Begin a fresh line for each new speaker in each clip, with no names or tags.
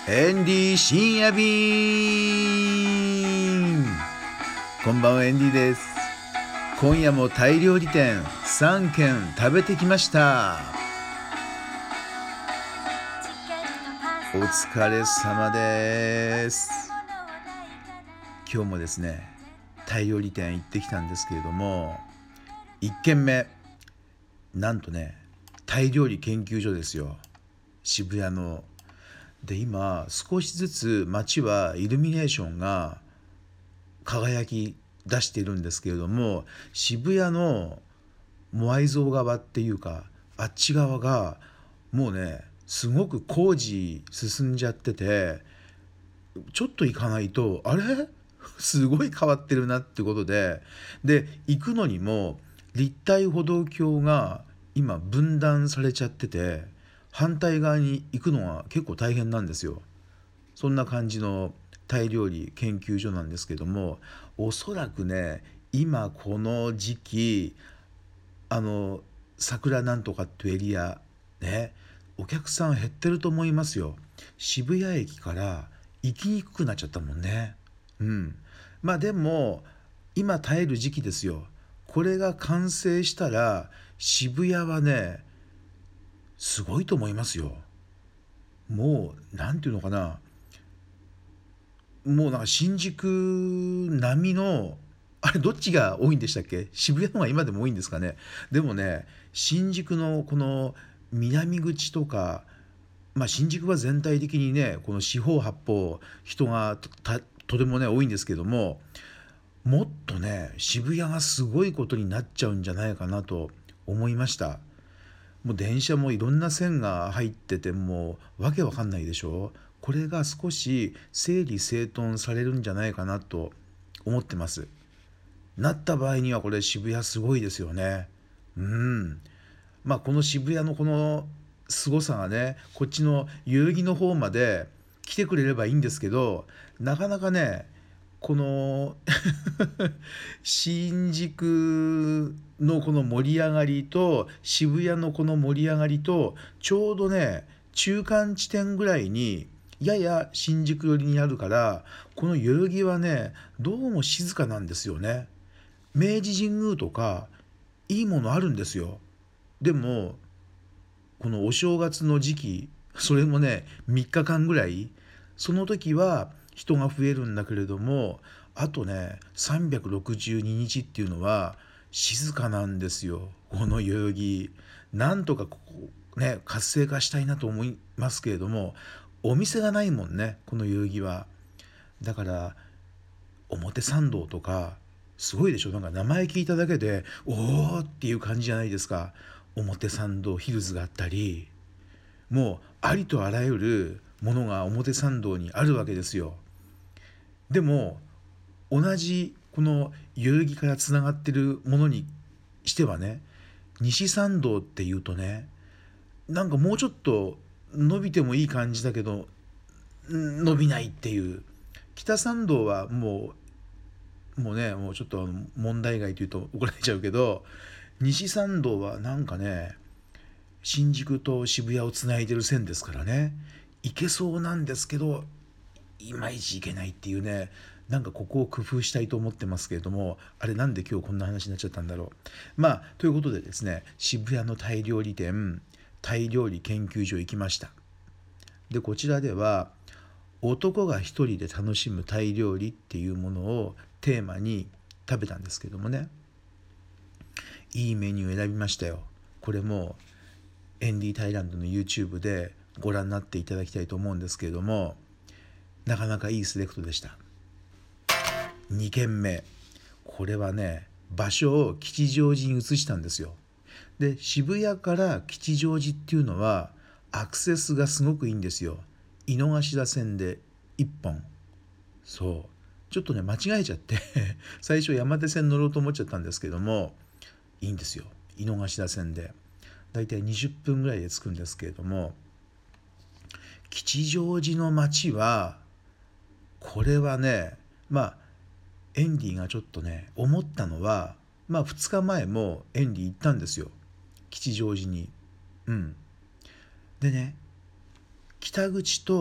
エンディ深夜便。こんばんは、エンディです。今夜もタイ料理店3軒食べてきました。お疲れ様です。今日もですね、タイ料理店行ってきたんですけれども、1軒目なんとね、タイ料理研究所ですよ、渋谷の。で、今少しずつ街はイルミネーションが輝き出しているんですけれども、渋谷のモアイ像側っていうか、あっち側がもうね、すごく工事進んじゃってて、ちょっと行かないとあれすごい変わってるなってことで行くのにも立体歩道橋が今分断されちゃってて、反対側に行くのが結構大変なんですよ。そんな感じのタイ料理研究所なんですけども、おそらくね、今この時期、あの桜なんとかっていうエリアね、お客さん減ってると思いますよ。渋谷駅から行きにくくなっちゃったもんね。まあでも今耐える時期ですよ。これが完成したら渋谷はね、すごいと思いますよ。もうなんていうのかな、もうなんか新宿並みの、あれどっちが多いんでしたっけ、渋谷の方が今でも多いんですかね。でもね、新宿のこの南口とか、まあ新宿は全体的にね、この四方八方人がとてもね多いんですけども、もっとね渋谷がすごいことになっちゃうんじゃないかなと思いました。もう電車もいろんな線が入ってて、もうわけわかんないでしょ。これが少し整理整頓されるんじゃないかなと思ってます。なった場合にはこれ渋谷すごいですよね。まあこの渋谷のこの凄さがね、こっちの代々木の方まで来てくれればいいんですけど、なかなかね、この新宿のこの盛り上がりと渋谷のこの盛り上がりとちょうどね、中間地点ぐらいにやや新宿寄りにあるから、この代々木はねどうも静かなんですよね。明治神宮とかいいものあるんですよ。でもこのお正月の時期、それもね3日間ぐらい、その時は人が増えるんだけれども、あとね362日っていうのは静かなんですよ、この代々木。なんとかここね活性化したいなと思いますけれども、お店がないもんね、この代々木は。だから表参道とかすごいでしょ。なんか名前聞いただけでおーっていう感じじゃないですか。表参道ヒルズがあったり、もうありとあらゆるものが表参道にあるわけですよ。でも同じこの代々木からつながってるものにしてはね、西参道っていうとね、なんかもうちょっと伸びてもいい感じだけど伸びないっていう。北参道はもうね、もうちょっと問題外というと怒られちゃうけど、西参道はなんかね、新宿と渋谷をつないでる線ですからね、行けそうなんですけどいまいち行けないっていうね。なんかここを工夫したいと思ってますけれども、あれなんで今日こんな話になっちゃったんだろう。まあということでですね、渋谷のタイ料理店タイ料理研究所行きました。でこちらでは男が一人で楽しむタイ料理っていうものをテーマに食べたんですけどもね、いいメニュー選びましたよ。これもエンディタイランドの YouTube でご覧になっていただきたいと思うんですけれども、なかなかいいセレクトでした。2軒目、これはね場所を吉祥寺に移したんですよ。で渋谷から吉祥寺っていうのはアクセスがすごくいいんですよ。井の頭線で1本。そうちょっとね間違えちゃって最初山手線乗ろうと思っちゃったんですけども、いいんですよ、井の頭線でだいたい20分ぐらいで着くんですけれども、吉祥寺の街はこれはね、まあエンディがちょっとね思ったのは、まあ2日前もエンディ行ったんですよ、吉祥寺に。でね、北口と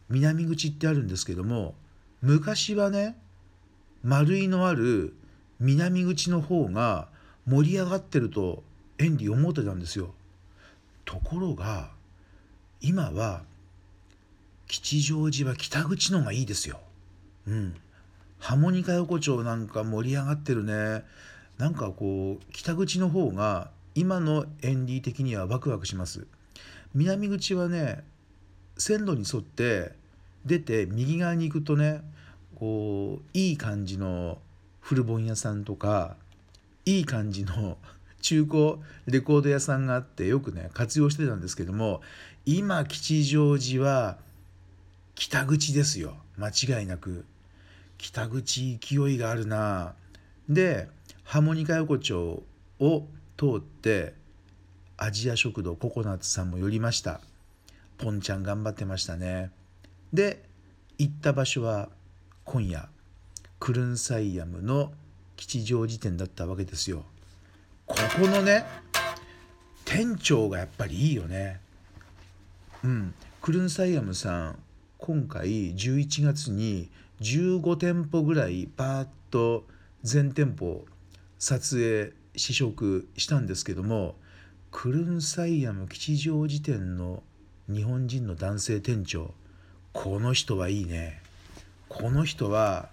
南口ってあるんですけども、昔はね、丸いのある南口の方が盛り上がってるとエンディ思ってたんですよ。ところが今は吉祥寺は北口の方がいいですよ。うん。ハモニカ横丁なんか盛り上がってるね。なんかこう北口の方が今のエンディ的にはワクワクします。南口はね、線路に沿って出て右側に行くとね、こういい感じの古本屋さんとかいい感じの中古レコード屋さんがあってよくね活用してたんですけども、今吉祥寺は北口ですよ、間違いなく。北口勢いがあるな。でハーモニカ横丁を通ってアジア食堂ココナッツさんも寄りました。ポンちゃん頑張ってましたね。で行った場所は今夜クルンサイヤムの吉祥寺店だったわけですよ。ここのね店長がやっぱりいいよね。クルンサイヤムさん今回11月に15店舗ぐらいバーッと全店舗撮影試食したんですけども、クルンサイヤム吉祥寺店の日本人の男性店長、この人はいいね。この人は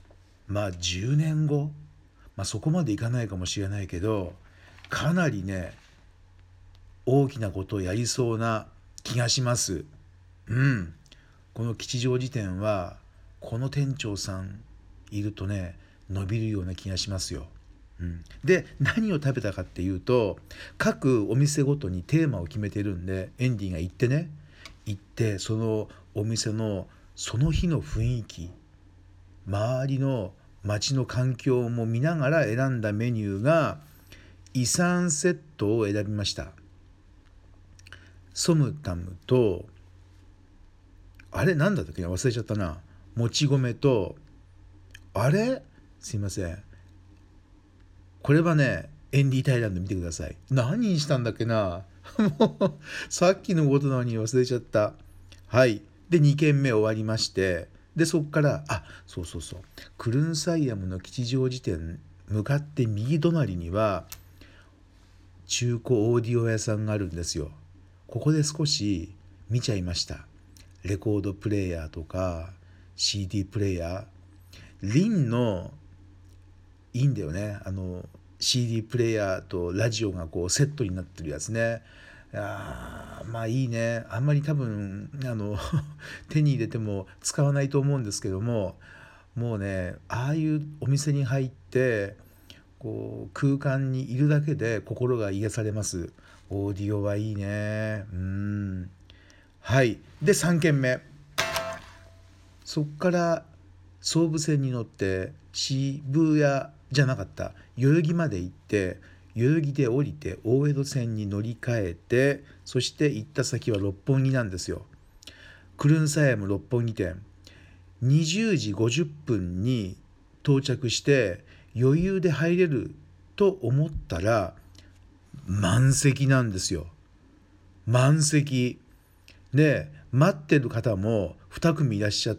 10年後、そこまでいかないかもしれないけど、かなりね大きなことをやりそうな気がします。この吉祥寺店はこの店長さんいるとね伸びるような気がしますよ。で何を食べたかっていうと、各お店ごとにテーマを決めてるんで、エンディが行ってそのお店のその日の雰囲気、周りの街の環境も見ながら選んだメニューがイサンセットを選びました。ソムタムとあれなんだったっけな、忘れちゃったな。もち米とすいません、これはねエンディタイランド見てください。何にしたんだっけなもうさっきのことなのに忘れちゃった。はい。で2軒目終わりまして、でそっからそうクルンサイヤムの吉祥寺店向かって右隣には中古オーディオ屋さんがあるんですよ。ここで少し見ちゃいました。レコードプレーヤーとか CD プレーヤー、リンのいいんだよね、CD プレーヤーとラジオがこうセットになってるやつね。いいね。あんまり多分手に入れても使わないと思うんですけども、もうねああいうお店に入ってこう空間にいるだけで心が癒されます。オーディオはいいね。はい。で3軒目、そっから総武線に乗って渋谷じゃなかった代々木まで行って、代々木で降りて大江戸線に乗り換えて、そして行った先は六本木なんですよ。クルンサイヤム六本木店、20時50分に到着して余裕で入れると思ったら満席なんですよ。満席で待ってる方も2組いらっしゃって、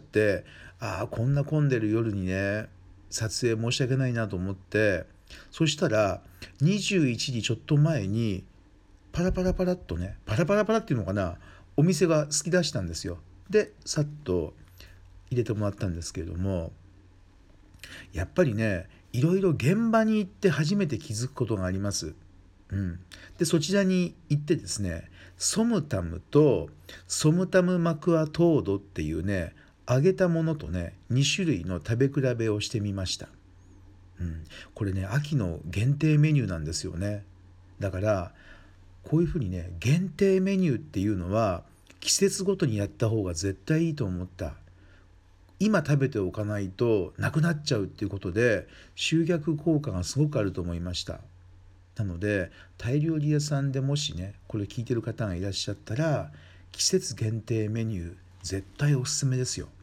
こんな混んでる夜にね撮影申し訳ないなと思って、そしたら21時ちょっと前にパラパラパラっとね、パラパラパラっていうのかな、お店が突き出したんですよ。でさっと入れてもらったんですけれども、やっぱりねいろいろ現場に行って初めて気づくことがあります。でそちらに行ってですね、ソムタムとソムタムマクアトードっていうね揚げたものとね2種類の食べ比べをしてみました。これね秋の限定メニューなんですよね。だからこういうふうにね限定メニューっていうのは季節ごとにやった方が絶対いいと思った。今食べておかないとなくなっちゃうっていうことで集客効果がすごくあると思いました。なのでタイ料理屋さんでもしねこれ聞いてる方がいらっしゃったら、季節限定メニュー絶対おすすめですよ。